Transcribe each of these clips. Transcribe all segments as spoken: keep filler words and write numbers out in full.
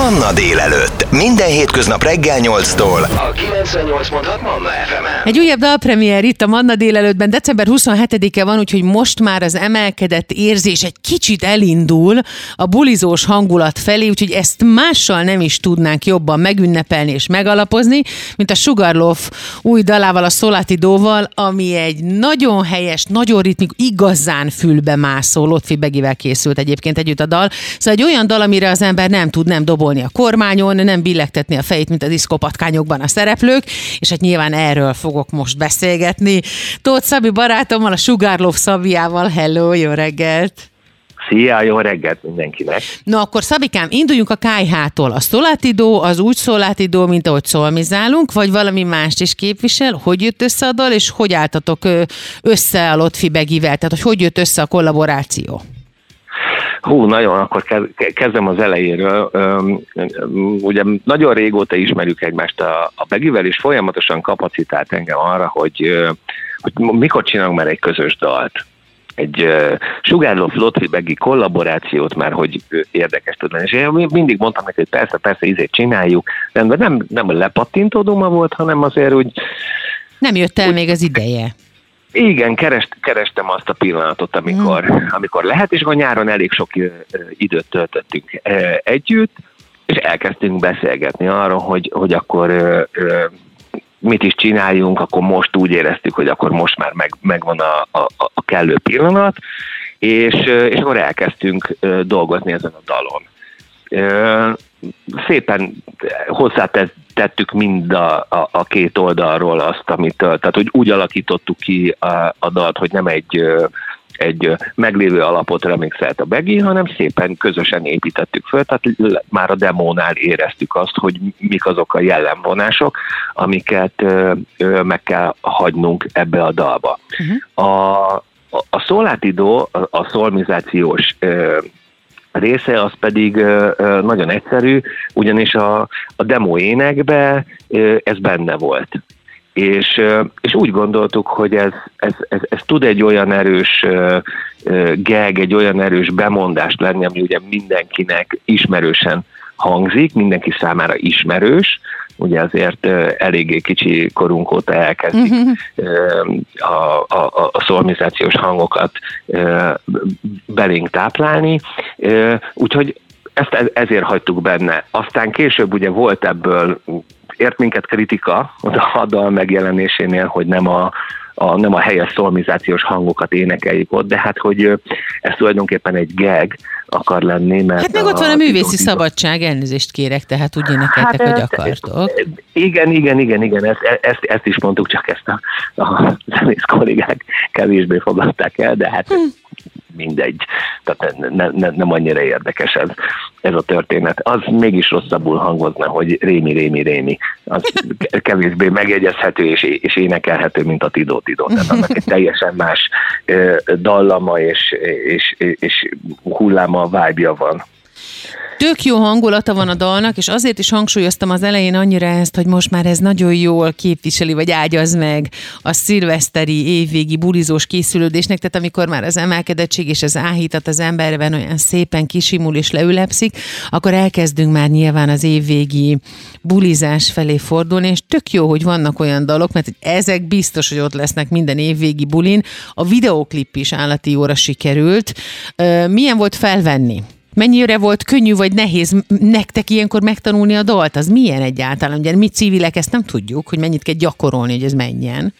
Manna délelőtt. Minden hétköznap reggel nyolctól a kilencvennyolc pont hat Manna ef emen. Egy újabb dalpremiér itt a Manna délelőttben. december huszonhetedike van, úgyhogy most már az emelkedett érzés egy kicsit elindul a bulizós hangulat felé, úgyhogy ezt mással nem is tudnánk jobban megünnepelni és megalapozni, mint a Sugarloaf új dalával, a Solatidóval, ami egy nagyon helyes, nagyon ritmikus, igazán fülbe mászó, Lotfi Begivel készült egyébként együtt a dal. Szóval egy olyan dal, amire az ember nem tud nem dobolni a kormányon, nem billegtetni a fejét, mint a diszkópatkányokban a szereplők, és hát nyilván erről fogok most beszélgetni. Tóth Szabi barátommal, a Sugarloaf Szabiával. Hello, jó reggelt! Szia, jó reggelt mindenkinek! No, akkor Szabikám, induljunk a ká há-tól. A Solatidó az úgy Solatidó, mint ahogy szolmizálunk, vagy valami mást is képvisel? Hogy jött össze a dal, és hogy álltatok össze a Lotfi Begivel? Tehát, hogy hogy jött össze a kollaboráció? Hú, nagyon, akkor kezdem az elejéről. Ugye nagyon régóta ismerjük egymást a, a Begivel, és folyamatosan kapacitált engem arra, hogy, hogy mikor csinálunk már egy közös dalt. Egy uh, Sugarloaf Lotfi Begi kollaborációt már, hogy érdekes tud lenni. És én mindig mondtam neki, hogy persze, persze, ízét csináljuk, de nem, nem a lepattintó duma volt, hanem azért úgy... Nem jött el úgy, még az ideje. Igen, kerest, kerestem azt a pillanatot, amikor, mm. amikor lehet, és akkor nyáron elég sok uh, időt töltöttünk uh, együtt, és elkezdtünk beszélgetni arról, hogy, hogy akkor... Uh, uh, mit is csináljunk, akkor most úgy éreztük, hogy akkor most már meg, megvan a, a, a kellő pillanat, és, és akkor elkezdtünk dolgozni ezen a dalon. Szépen hozzátettük mind a, a, a két oldalról azt, amit, tehát hogy úgy alakítottuk ki a, a dalt, hogy nem egy egy meglévő alapot remixelt a Begi, hanem szépen közösen építettük föl, tehát már a demónál éreztük azt, hogy mik azok a jellemvonások, amiket ö, ö, meg kell hagynunk ebbe a dalba. Uh-huh. A, a, a Solatidó, a, a szolmizációs ö, része az pedig ö, ö, nagyon egyszerű, ugyanis a, a demo énekbe ö, ez benne volt. És, és úgy gondoltuk, hogy ez, ez, ez, ez tud egy olyan erős gag, egy olyan erős bemondást lenni, ami ugye mindenkinek ismerősen hangzik, mindenki számára ismerős, ugye azért eléggé kicsi korunk óta elkezdik uh-huh. a, a, a szolmizációs hangokat belénk táplálni, úgyhogy ezt ezért hagytuk benne. Aztán később ugye volt ebből, ért minket kritika a dal megjelenésénél, hogy nem a, a, nem a helyes szolmizációs hangokat énekeljük ott, de hát, hogy ez tulajdonképpen egy gag akar lenni, mert... Hát meg ott van a művészi szabadság, elnézést kérek, tehát úgy énekeltek, hát, hogy akartok. Igen, igen, igen, igen, ezt, ezt, ezt is mondtuk, csak ezt a, a zenész kollégák kevésbé fogadták el, de hát... Hm. mindegy. Tehát ne, ne, ne, nem annyira érdekes ez, ez a történet. Az mégis rosszabbul hangozna, hogy rémi, rémi, rémi. Az kevésbé megjegyezhető és, és énekelhető, mint a Tidó, Tidó. Tehát annak egy teljesen más uh, dallama és, és, és hulláma, vibe-ja van. Tök jó hangulata van a dalnak, és azért is hangsúlyoztam az elején annyira ezt, hogy most már ez nagyon jól képviseli, vagy ágyaz meg a szilveszteri évvégi bulizós készülődésnek, tehát amikor már az emelkedettség és az áhítat az emberben olyan szépen kisimul és leülepszik, akkor elkezdünk már nyilván az évvégi bulizás felé fordulni, és tök jó, hogy vannak olyan dalok, mert ezek biztos, hogy ott lesznek minden évvégi bulin. A videóklip is állati jóra sikerült. Milyen volt felvenni? Mennyire volt könnyű vagy nehéz nektek ilyenkor megtanulni a dalt? Az milyen egyáltalán? Ugye mi civilek ezt nem tudjuk, hogy mennyit kell gyakorolni, hogy ez menjen.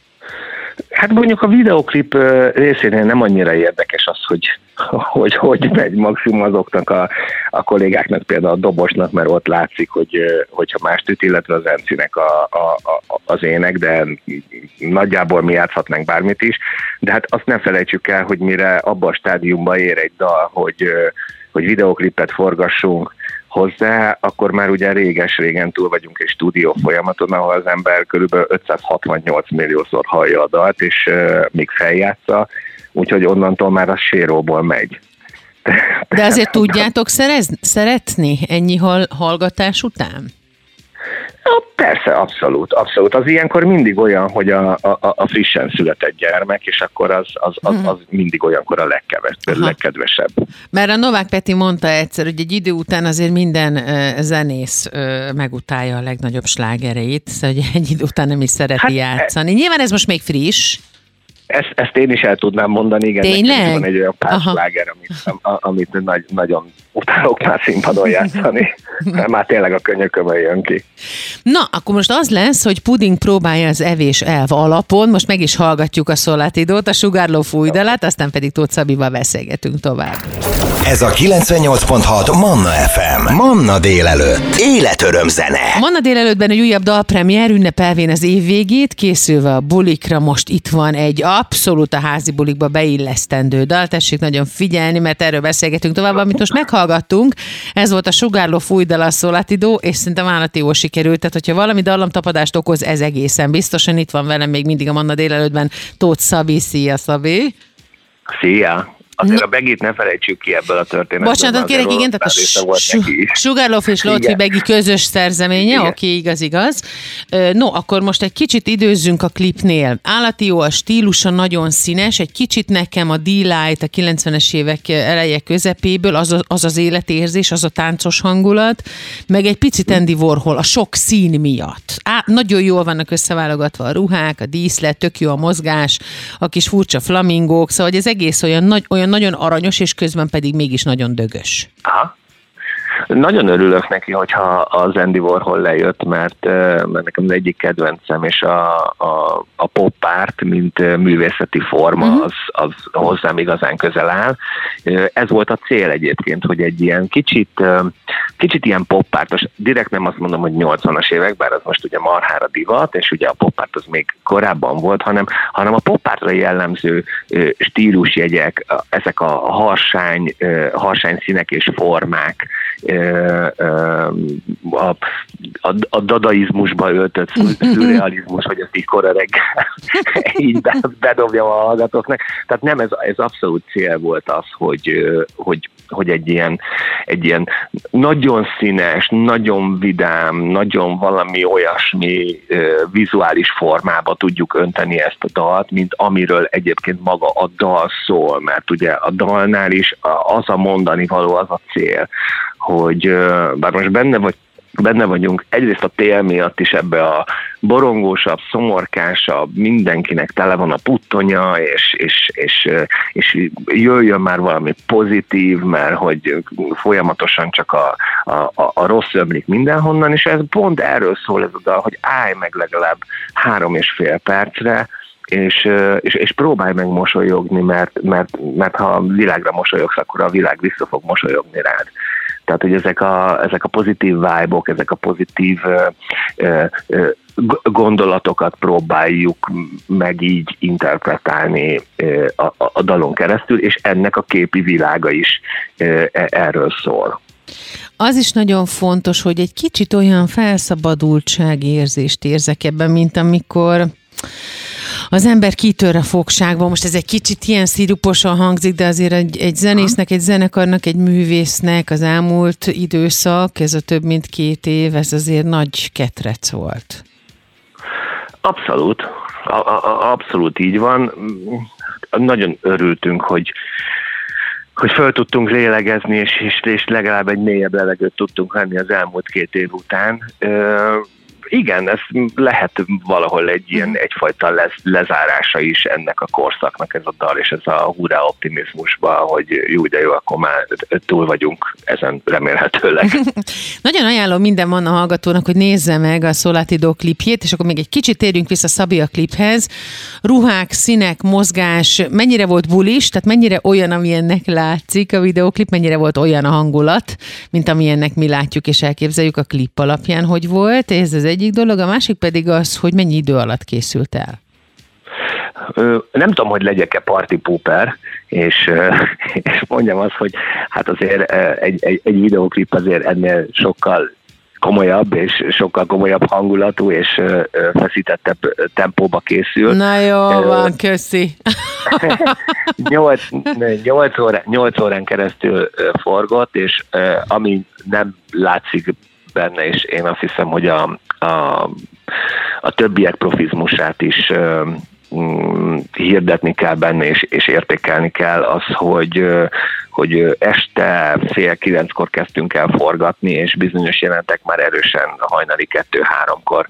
Hát mondjuk a videóklip részénél nem annyira érdekes az, hogy hogy, hogy megy maximum azoknak a, a kollégáknak, például a dobosnak, mert ott látszik, hogy, hogyha mást üt, illetve az Encinek a, a, a, az ének, de nagyjából mi játszhatnánk bármit is. De hát azt ne felejtsük el, hogy mire abba a stádiumba ér egy dal, hogy, hogy videóklipet forgassunk hozzá, akkor már ugye réges-régen túl vagyunk egy stúdió folyamaton, ahol az ember körülbelül ötszázhatvannyolc milliószor hallja a dalt, és uh, még feljátsza, úgyhogy onnantól már az séróból megy. De azért tudjátok szerez, szeretni ennyi hall, hallgatás után? Persze, abszolút, abszolút. Az ilyenkor mindig olyan, hogy a, a, a frissen született gyermek, és akkor az, az, az, az mindig olyankor a legkeves, legkedvesebb. Mert a Novák Peti mondta egyszer, hogy egy idő után azért minden uh, zenész uh, megutálja a legnagyobb slágereit, szóval hogy egy idő után nem is szereti hát, játszani. Nyilván ez most még friss. Ezt, ezt én is el tudnám mondani, igen. Tényleg? Van egy olyan pár sláger, amit, amit nagy, nagyon utálok már színpadon játszani. Már tényleg a könyökömön jön ki. Na, akkor most az lesz, hogy Puding próbálja az evés elv alapon, most meg is hallgatjuk a Solatidót, a Sugárló fújdalát, aztán pedig Tóth Szabival beszélgetünk tovább. Ez a kilencvennyolc pont hat Manna ef em. Manna délelőtt. Életöröm zene. Manna délelőttben egy újabb dalpremiér, ünnepelvén az év végét, készülve a bulikra, most itt van egy abszolút a házi bulikba beillesztendő dal. Tessék nagyon figyelni, mert erről beszélgetünk tovább, amit most meghallgattunk. Ez volt a Sugárló fújdala, a Solatidó, és szerintem állati jól sikerült. Tehát, hogyha valami dallamtapadást okoz, ez egészen biztosan. Itt van velem még mindig a Manna délelőttben Tóth Szabi. Szia, Szabi! Szia! Azért a Begit ne felejtsük ki ebből a történetből. Bocsánat, kérek, igen, tehát a Sugárló és Lotfi Begi közös szerzeménye, oké, okay, igaz, igaz. No, akkor most egy kicsit időzzünk a klipnél. Állati jó, a stílusa nagyon színes, egy kicsit nekem a D-Light a kilencvenes évek eleje közepéből, az, az az életérzés, az a táncos hangulat, meg egy picit Andy Warhol a sok szín miatt. Á, nagyon jól vannak összeválogatva a ruhák, a díszlet, tök jó a mozgás, a kis furcsa flamingók, szóval ez egész olyan, nagy, olyan nagyon aranyos, és közben pedig mégis nagyon dögös. Aha. Nagyon örülök neki, hogyha az Andy Warhol lejött, mert, mert nekem az egyik kedvencem, és a, a, a pop art, mint művészeti forma, uh-huh. az, az hozzám igazán közel áll. Ez volt a cél egyébként, hogy egy ilyen kicsit, kicsit ilyen pop art, direkt nem azt mondom, hogy nyolcvanas évek, bár az most ugye marhára divat, és ugye a pop art az még korábban volt, hanem, hanem a pop artra jellemző stílusjegyek, ezek a harsány, harsány színek és formák, a, a, a dadaizmusba öltött szürrealizmus, hogy ezt így kora reggel így bedobjam a hallgatóknak. Tehát nem, ez, ez abszolút cél volt az, hogy, hogy, hogy egy, ilyen, egy ilyen nagyon színes, nagyon vidám, nagyon valami olyasmi vizuális formába tudjuk önteni ezt a dalt, mint amiről egyébként maga a dal szól, mert ugye a dalnál is az a mondani való, az a cél, hogy bár most benne, vagy, benne vagyunk egyrészt a tél miatt is ebbe a borongósabb, szomorkásabb, mindenkinek tele van a puttonya, és, és, és, és jöjjön már valami pozitív, mert hogy folyamatosan csak a, a, a rossz ömlik mindenhonnan, és ez pont erről szól ez a dal, hogy állj meg legalább három és fél percre, És, és, és próbálj meg mosolyogni, mert, mert, mert ha a világra mosolyogsz, akkor a világ vissza fog mosolyogni rád. Tehát, hogy ezek a, ezek a pozitív vibe-ok, ezek a pozitív ö, ö, ö, gondolatokat próbáljuk meg így interpretálni ö, a, a dalon keresztül, és ennek a képi világa is ö, erről szól. Az is nagyon fontos, hogy egy kicsit olyan felszabadultságérzést érzek ebben, mint amikor az ember kitör a fogságba. Most ez egy kicsit ilyen sziruposan hangzik, de azért egy, egy zenésznek, egy zenekarnak, egy művésznek az elmúlt időszak, ez a több mint két év, ez azért nagy ketrec volt. Abszolút. A, a, abszolút így van. Nagyon örültünk, hogy hogy föl tudtunk lélegezni, és, és, és legalább egy mélyebb levegőt tudtunk venni az elmúlt két év után. Igen, ez lehet valahol egy ilyen egyfajta lez, lezárása is ennek a korszaknak ez a dal, és ez a hurrá optimizmusban, hogy jó, de jó, akkor már túl vagyunk ezen remélhetőleg. Nagyon ajánlom minden Manna hallgatónak, hogy nézze meg a Solatidó klipjét, és akkor még egy kicsit térjünk vissza Szabi a kliphez. Ruhák, színek, mozgás, mennyire volt bulis, tehát mennyire olyan, amilyennek látszik a videóklip, mennyire volt olyan a hangulat, mint amilyennek mi látjuk és elképzeljük a klip alapján, hogy volt. Ez az egyik dolog, a másik pedig az, hogy mennyi idő alatt készült el. Nem tudom, hogy legyek-e party pooper, és, és mondjam azt, hogy hát azért egy, egy, egy videóklip azért ennél sokkal komolyabb, és sokkal komolyabb hangulatú, és feszítettebb tempóba készül. Na jó, van, köszi. nyolc, nyolc, órán, nyolc órán keresztül forgott, és ami nem látszik benne, és én azt hiszem, hogy a, a, a többiek profizmusát is hirdetni kell benne, és, és értékelni kell az, hogy, hogy este fél kilenckor kezdtünk el forgatni, és bizonyos jelentek már erősen hajnali kettő-háromkor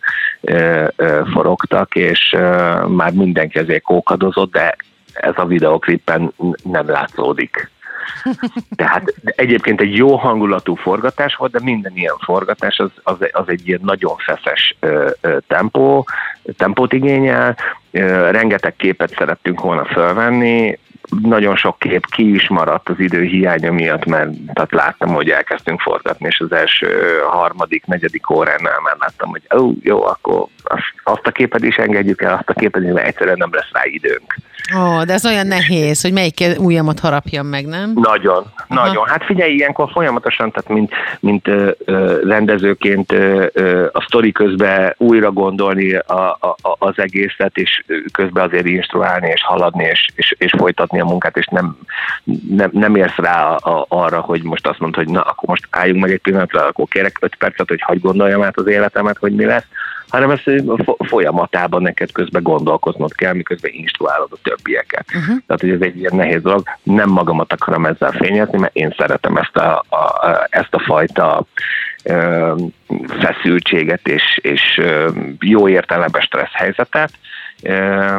forogtak, és már mindenki azért kókadozott, de ez a videoklippen nem látszódik. Tehát egyébként egy jó hangulatú forgatás volt, de minden ilyen forgatás az, az, az egy ilyen nagyon feszes ö, ö, tempó, tempót igényel, ö, rengeteg képet szerettünk volna felvenni, nagyon sok kép ki is maradt az idő hiánya miatt, mert tehát láttam, hogy elkezdtünk forgatni, és az első harmadik, negyedik óránál már láttam, hogy ó, jó, akkor azt a képet is engedjük el, azt a képet, mert egyszerűen nem lesz rá időnk. Ó, de ez olyan nehéz, hogy melyik ujjamat harapjam meg, nem? Nagyon, Aha. nagyon. Hát figyelj, ilyenkor folyamatosan, tehát mint, mint ö, ö, rendezőként ö, ö, a sztori közben újra gondolni a, a, az egészet, és közben azért instruálni, és haladni, és, és, és folytatni a munkát, és nem, nem, nem érsz rá a, a, arra, hogy most azt mondod, hogy na, akkor most álljunk meg egy pillanatra, akkor kérek öt percet, hogy hadd gondoljam át az életemet, hogy mi lesz, hanem ezt folyamatában neked közben gondolkoznod kell, miközben instruálod a többieket. Uh-huh. Tehát, hogy ez egy ilyen nehéz dolog. Nem magamat akarom ezzel fényezni, mert én szeretem ezt a, a, ezt a fajta ö, feszültséget és, és ö, jó értelemben stressz helyzetet, ö,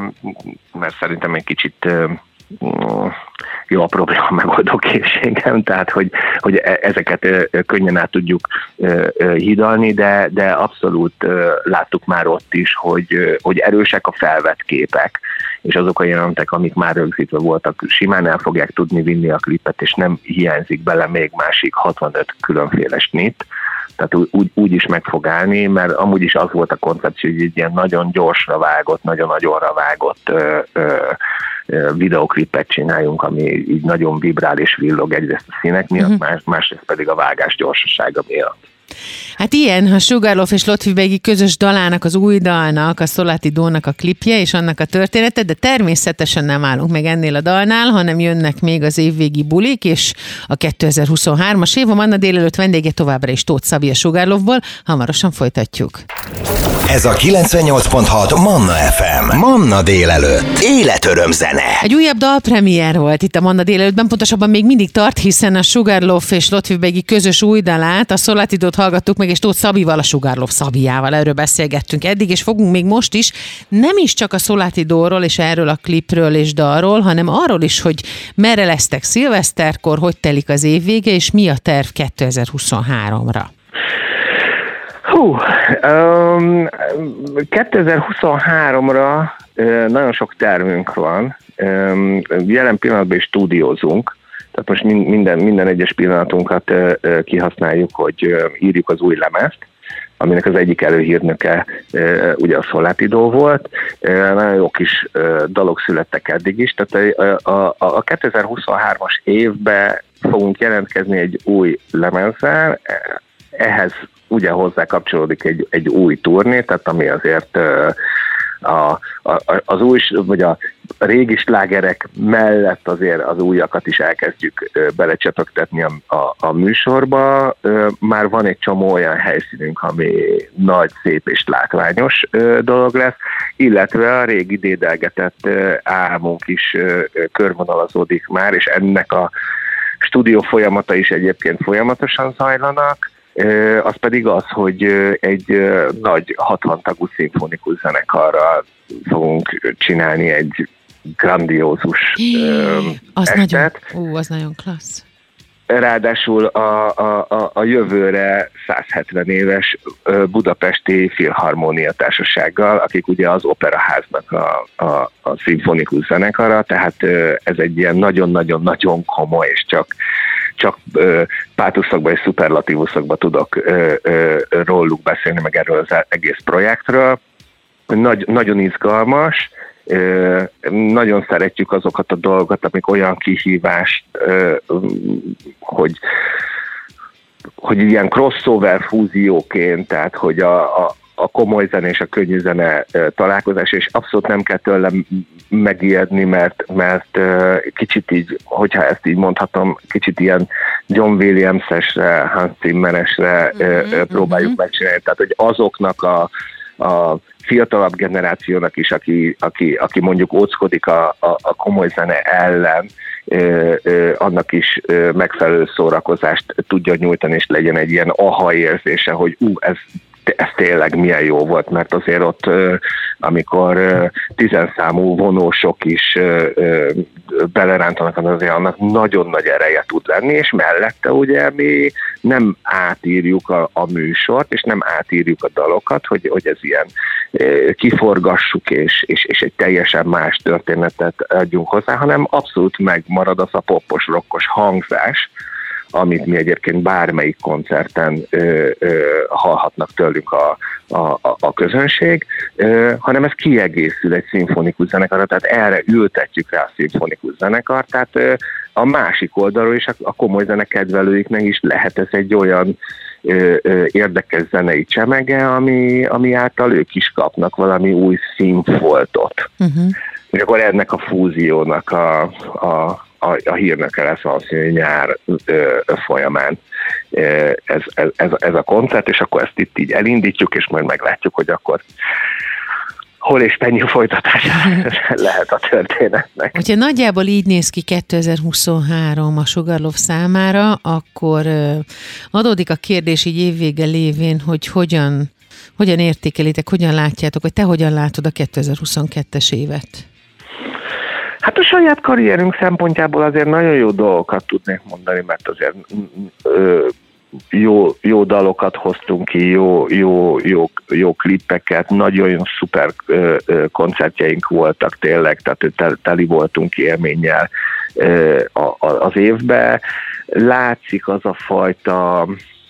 mert szerintem egy kicsit ö, jó a probléma megoldó készségem, tehát hogy, hogy ezeket könnyen át tudjuk hidalni, de, de abszolút láttuk már ott is, hogy, hogy erősek a felvett képek, és azok a jelenetek, amik már rögzítve voltak, simán el fogják tudni vinni a klipet, és nem hiányzik bele még másik hatvanöt különféle snit, tehát úgy, úgy is meg fog állni, mert amúgy is az volt a koncepció, hogy egy ilyen nagyon gyorsra vágott, nagyon nagyonra vágott ö, ö, videoklipet csináljunk, ami így nagyon vibrál és villog egyrészt a színek miatt, uh-huh. más, másrészt pedig a vágás gyorsasága miatt. Hát ilyen, a Sugarloff és Lotfi közös dalának, az új dalnak, a Szoláti Dónak a klipje és annak a története, de természetesen nem állunk meg ennél a dalnál, hanem jönnek még az évvégi bulik, és a kétezer-huszonhármas év. A Manna délelőtt vendége továbbra is Tóth Szabi a Sugarloffból. Hamarosan folytatjuk. Ez a kilencvennyolc pont hat Manna ef em. Manna délelőtt. Életöröm zene. Egy újabb dalpremiér volt itt a Manna délelőttben, pontosabban még mindig tart, hiszen a Sugarloff és Lotfi közös új dalát, a Szoláti Dót hallgattuk meg, és Tóth Szabival, a Sugarloff Szabiával, erről beszélgettünk eddig, és fogunk még most is, nem is csak a Szoláti Dóról és erről a klipről és dalról, hanem arról is, hogy merre lesztek szilveszterkor, hogy telik az év vége, és mi a terv kétezer-huszonháromra. Hú, um, kétezer-huszonháromra uh, nagyon sok tervünk van. Um, jelen pillanatban is stúdiózunk, tehát most minden, minden egyes pillanatunkat uh, uh, kihasználjuk, hogy uh, írjuk az új lemezt, aminek az egyik előhírnöke uh, ugye a Szoláti Dó volt. Uh, nagyon jó kis uh, dalok születtek eddig is, tehát a, a, a kétezer-huszonhármas évben fogunk jelentkezni egy új lemezzel, ehhez ugye hozzá kapcsolódik egy, egy új turné, tehát ami azért uh, a, a, az új, vagy a régi slágerek mellett azért az újakat is elkezdjük uh, belecsepögtetni a, a, a műsorba. Uh, már van egy csomó olyan helyszínünk, ami nagy, szép és látványos uh, dolog lesz, illetve a régi dédelgetett uh, álmunk is uh, körvonalazódik már, és ennek a stúdió folyamata is egyébként folyamatosan zajlanak. Az pedig az, hogy egy nagy hatvan tagú szimfonikus zenekarral fogunk csinálni egy grandiózus az estet. Nagyon, ú, az nagyon klassz. Ráadásul a, a, a jövőre száz hetven éves budapesti filharmónia társasággal, akik ugye az operaháznak a, a, a szimfonikus zenekara, tehát ez egy ilyen nagyon-nagyon-nagyon komoly, és csak csak ö, pátuszokban és szuperlatívuszokban tudok ö, ö, róluk beszélni, meg erről az egész projektről. Nagy, nagyon izgalmas, ö, nagyon szeretjük azokat a dolgokat, amik olyan kihívást, ö, hogy hogy ilyen crossover fúzióként, tehát hogy a, a a komoly zene és a könnyű zene találkozás, és abszolút nem kell tőlem megijedni, mert, mert kicsit így, hogyha ezt így mondhatom, kicsit ilyen John Williams-esre, Hans Zimmeresre mm-hmm. próbáljuk megcsinálni. Tehát, hogy azoknak a, a fiatalabb generációnak is, aki, aki, aki mondjuk óckodik a, a, a komoly zene ellen, ö, ö, annak is ö, megfelelő szórakozást tudja nyújtani, és legyen egy ilyen aha érzése, hogy ú, ez ez tényleg milyen jó volt, mert azért ott, amikor tizenszámú vonósok is belerántanak, azért annak nagyon nagy ereje tud lenni, és mellette ugye mi nem átírjuk a, a műsort, és nem átírjuk a dalokat, hogy, hogy ez ilyen kiforgassuk, és, és, és egy teljesen más történetet adjunk hozzá, hanem abszolút megmarad az a poppos, rokkos hangzás, amit mi egyébként bármelyik koncerten ö, ö, hallhatnak tőlünk a, a, a közönség, ö, hanem ez kiegészül egy szimfonikus zenekarra, tehát erre ültetjük rá a szimfonikus zenekart, tehát ö, a másik oldalról is a, a komoly zenekedvelőiknek is lehet ez egy olyan ö, ö, érdekes zenei csemege, ami, ami által ők is kapnak valami új színfoltot. Uh-huh. És akkor ennek a fúziónak a, a A, a hírnöke lesz valószínű nyár ö, folyamán ez, ez, ez, ez a koncert, és akkor ezt itt így elindítjuk, és majd meglátjuk, hogy akkor hol és mennyi folytatás lehet a történetnek. Hogyha nagyjából így néz ki kétezer-huszonhárom a Sugarloaf számára, akkor adódik a kérdés így évvége lévén, hogy hogyan, hogyan értékelitek, hogyan látjátok, vagy te hogyan látod a kétezer-huszonkettes évet? Hát a saját karrierünk szempontjából azért nagyon jó dolgokat tudnék mondani, mert azért ö, jó, jó dalokat hoztunk ki, jó, jó, jó, jó klippeket, nagyon szuper ö, ö, koncertjeink voltak tényleg, tehát teli voltunk élménnyel ö, a, a, az évben. Látszik az a fajta,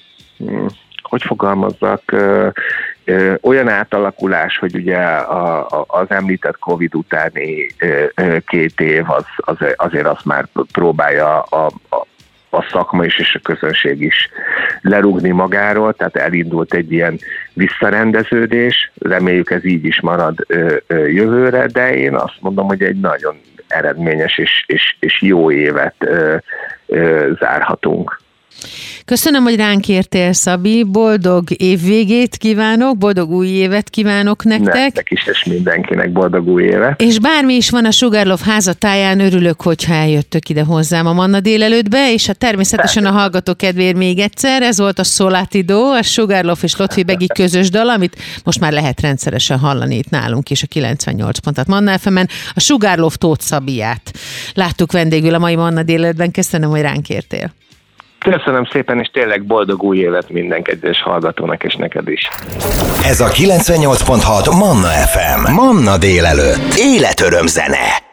hogy fogalmazzak, ö, Ö, olyan átalakulás, hogy ugye a, a, az említett Covid utáni ö, ö, két év az, az, azért azt már próbálja a, a, a szakma is és a közönség is lerúgni magáról, tehát elindult egy ilyen visszarendeződés, reméljük ez így is marad ö, ö, jövőre, de én azt mondom, hogy egy nagyon eredményes és, és, és jó évet ö, ö, zárhatunk. Köszönöm, hogy ránk értél, Szabi. Boldog évvégét kívánok, boldog új évet kívánok nektek. Nektek is, és mindenkinek boldog új évet. És bármi is van a Sugarloaf házatáján, örülök, hogyha eljöttök ide hozzám a Manna délelőttbe, és a természetesen a hallgató kedvéért még egyszer, ez volt a Solátido, a Sugarloaf és Lotfi Begi közös dal, amit most már lehet rendszeresen hallani itt nálunk is a kilencvennyolc pont hat Manna ef emen. A Sugarloaf Tóth Szabiját láttuk vendégül a mai Manna délelőttben. Köszönöm, hogy ránk értél. Köszönöm szépen, és tényleg boldog új évet minden kedves hallgatónak, és neked is. Ez a kilencvennyolc pont hat Manna ef em. Manna délelőtt. Életöröm zene.